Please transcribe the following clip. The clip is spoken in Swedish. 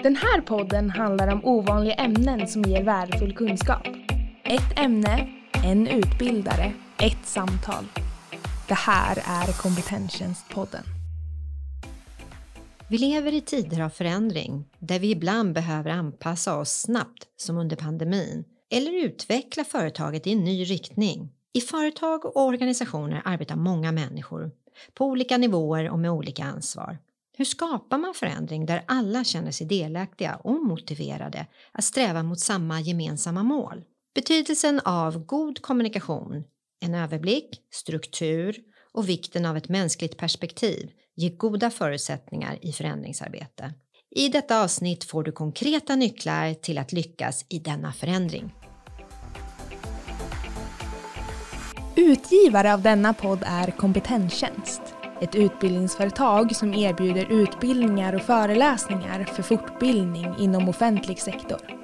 Den här podden handlar om ovanliga ämnen som ger värdefull kunskap. Ett ämne, en utbildare, ett samtal. Det här är Kompetenstjänstpodden. Vi lever i tider av förändring där vi ibland behöver anpassa oss snabbt som under pandemin eller utveckla företaget i en ny riktning. I företag och organisationer arbetar många människor på olika nivåer och med olika ansvar. Hur skapar man förändring där alla känner sig delaktiga och motiverade att sträva mot samma gemensamma mål? Betydelsen av god kommunikation, en överblick, struktur och vikten av ett mänskligt perspektiv ger goda förutsättningar i förändringsarbete. I detta avsnitt får du konkreta nycklar till att lyckas i denna förändring. Utgivare av denna podd är Kompetenstjänst. Ett utbildningsföretag som erbjuder utbildningar och föreläsningar för fortbildning inom offentlig sektor.